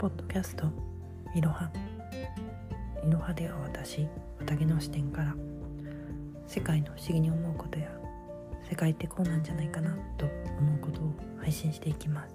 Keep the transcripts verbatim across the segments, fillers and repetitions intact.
ポッドキャストいろはいろはでは私綿毛の視点から世界の不思議に思うことや世界ってこうなんじゃないかなと思うことを配信していきます。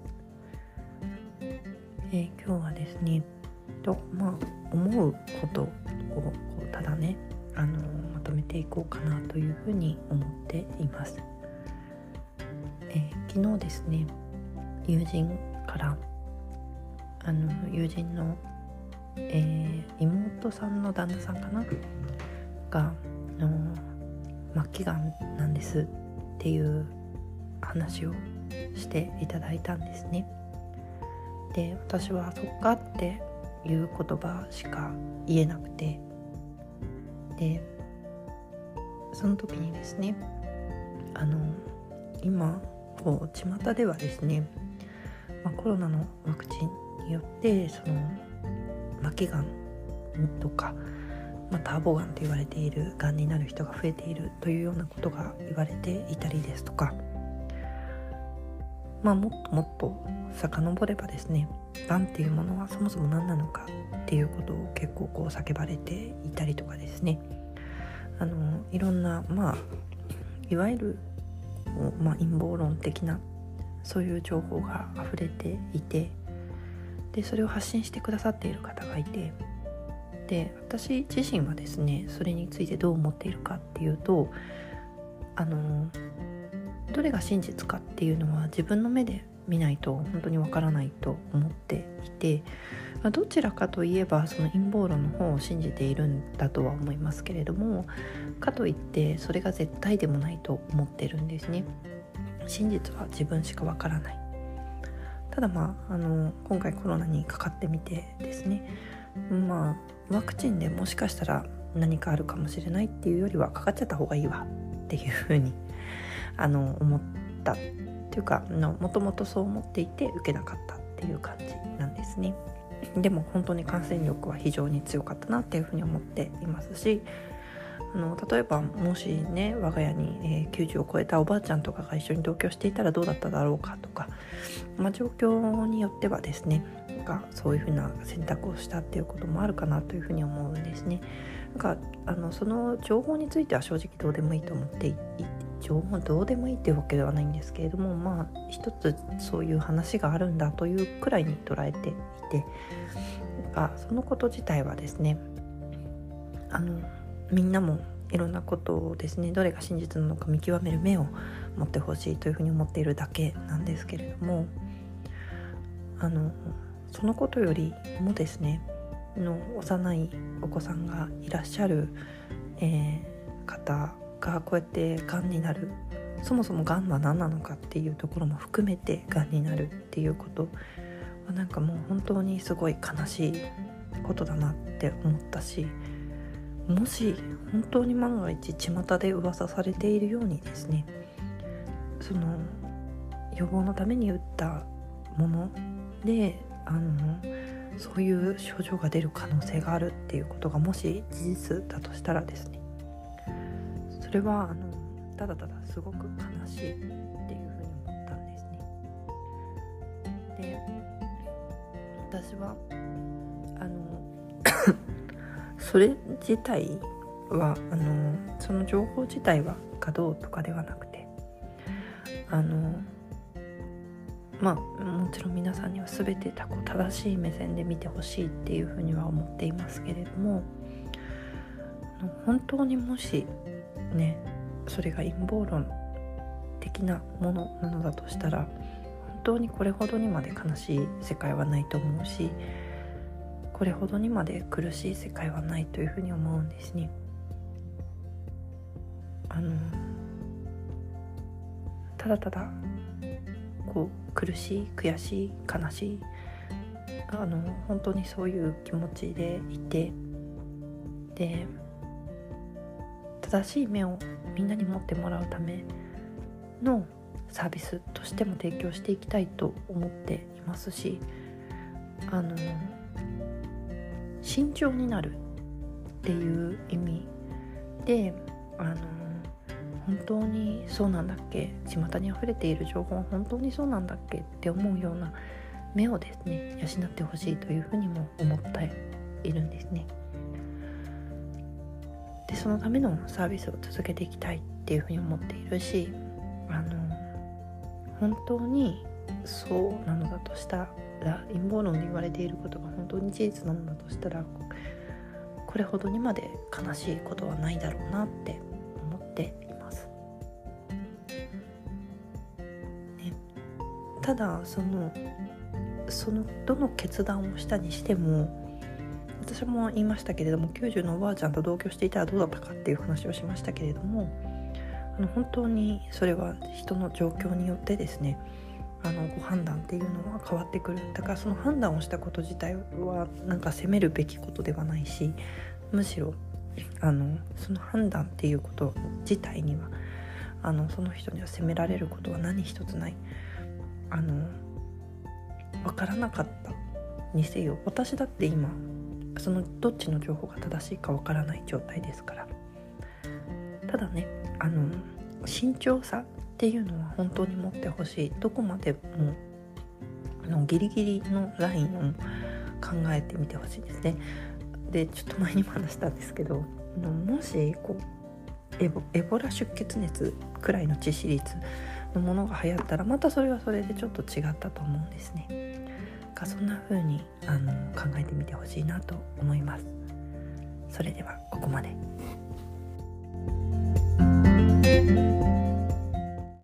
えー、今日はですねと、まあ、思うことをこうただねあのまとめていこうかなというふうに思っています。えー、昨日ですね友人からあの友人の、えー、妹さんの旦那さんかながあの末期がんなんですっていう話をしていただいたんですね。で、私はそっかっていう言葉しか言えなくて、でその時にですねあの今こう巷ではですね、まあ、コロナのワクチンによってその末期がんとか、まあ、ターボがんと言われているがんになる人が増えているというようなことが言われていたりですとか、まあ、もっともっと遡ればですねがんっていうものはそもそも何なのかっていうことを結構こう叫ばれていたりとかですね、あのいろんなまあいわゆる、まあ、陰謀論的なそういう情報が溢れていて、でそれを発信してくださっている方がいて、で私自身はですねそれについてどう思っているかっていうと、あのどれが真実かっていうのは自分の目で見ないと本当にわからないと思っていて、まあ、どちらかといえばその陰謀論の方を信じているんだとは思いますけれども、かといってそれが絶対でもないと思ってるんですね。真実は自分しかわからない。ただまあ、あの今回コロナにかかってみてですね、まあワクチンでもしかしたら何かあるかもしれないっていうよりはかかっちゃった方がいいわっていうふうにあの思ったっていうか、もともとそう思っていて受けなかったっていう感じなんですね。でも本当に感染力は非常に強かったなっていうふうに思っていますし、あの例えばもしね我が家に、えー、きゅうじゅうを超えたおばあちゃんとかが一緒に同居していたらどうだっただろうかとか、まあ、状況によってはですねがそういうふうな選択をしたっていうこともあるかなというふうに思うんですね。なんかあのその情報については正直どうでもいいと思っていて、情報どうでもいいっていうわけではないんですけれども、まあ一つそういう話があるんだというくらいに捉えていて、あそのこと自体はですねあのみんなもいろんなことをですねどれが真実なのか見極める目を持ってほしいというふうに思っているだけなんですけれども、あのそのことよりもですねの幼いお子さんがいらっしゃる、えー、方がこうやってがんになる、そもそもがんは何なのかっていうところも含めてがんになるっていうことはなんかもう本当にすごい悲しいことだなって思ったし、もし本当に万が一巷で噂されているようにですねその予防のために打ったものであのそういう症状が出る可能性があるっていうことがもし事実だとしたらですね、それはあのただただすごく悲しいっていうふうに思ったんですね。で、私はあのそれ自体はあのその情報自体はかどうとかではなくて、あのまあもちろん皆さんには全て正しい目線で見てほしいっていうふうには思っていますけれども、本当にもしねそれが陰謀論的なものなのだとしたら本当にこれほどにまで悲しい世界はないと思うし、これほどにまで苦しい世界はないというふうに思うんですね。あのただただこう苦しい悔しい悲しいあの本当にそういう気持ちでいて、で正しい目をみんなに持ってもらうためのサービスとしても提供していきたいと思っていますし、あの慎重になるっていう意味であの本当にそうなんだっけ、巷に溢れている情報は本当にそうなんだっけって思うような目をですね養ってほしいというふうにも思っているんですね。でそのためのサービスを続けていきたいっていうふうに思っているし、あの本当にそうなのだとしたら、陰謀論で言われていることが本当に事実なのだとしたら、これほどにまで悲しいことはないだろうなって思っています、ね、ただそのそのどの決断をしたにしても、私も言いましたけれども、きゅうじゅうのおばあちゃんと同居していたらどうだったかっていう話をしましたけれども、あの本当にそれは人の状況によってですね、あのご判断っていうのは変わってくる。だからその判断をしたこと自体はなんか責めるべきことではないし、むしろあのその判断っていうこと自体にはあのその人には責められることは何一つない。あの分からなかったにせよ、私だって今そのどっちの情報が正しいか分からない状態ですから。ただね、あの慎重さっていうのは本当に持ってほしい。どこまでもあのギリギリのラインを考えてみてほしいですね。でちょっと前にも話したんですけど、もしこうエボ、エボラ出血熱くらいの致死率のものが流行ったら、またそれはそれでちょっと違ったと思うんですね。かそんな風にあの考えてみてほしいなと思います。それではここまで。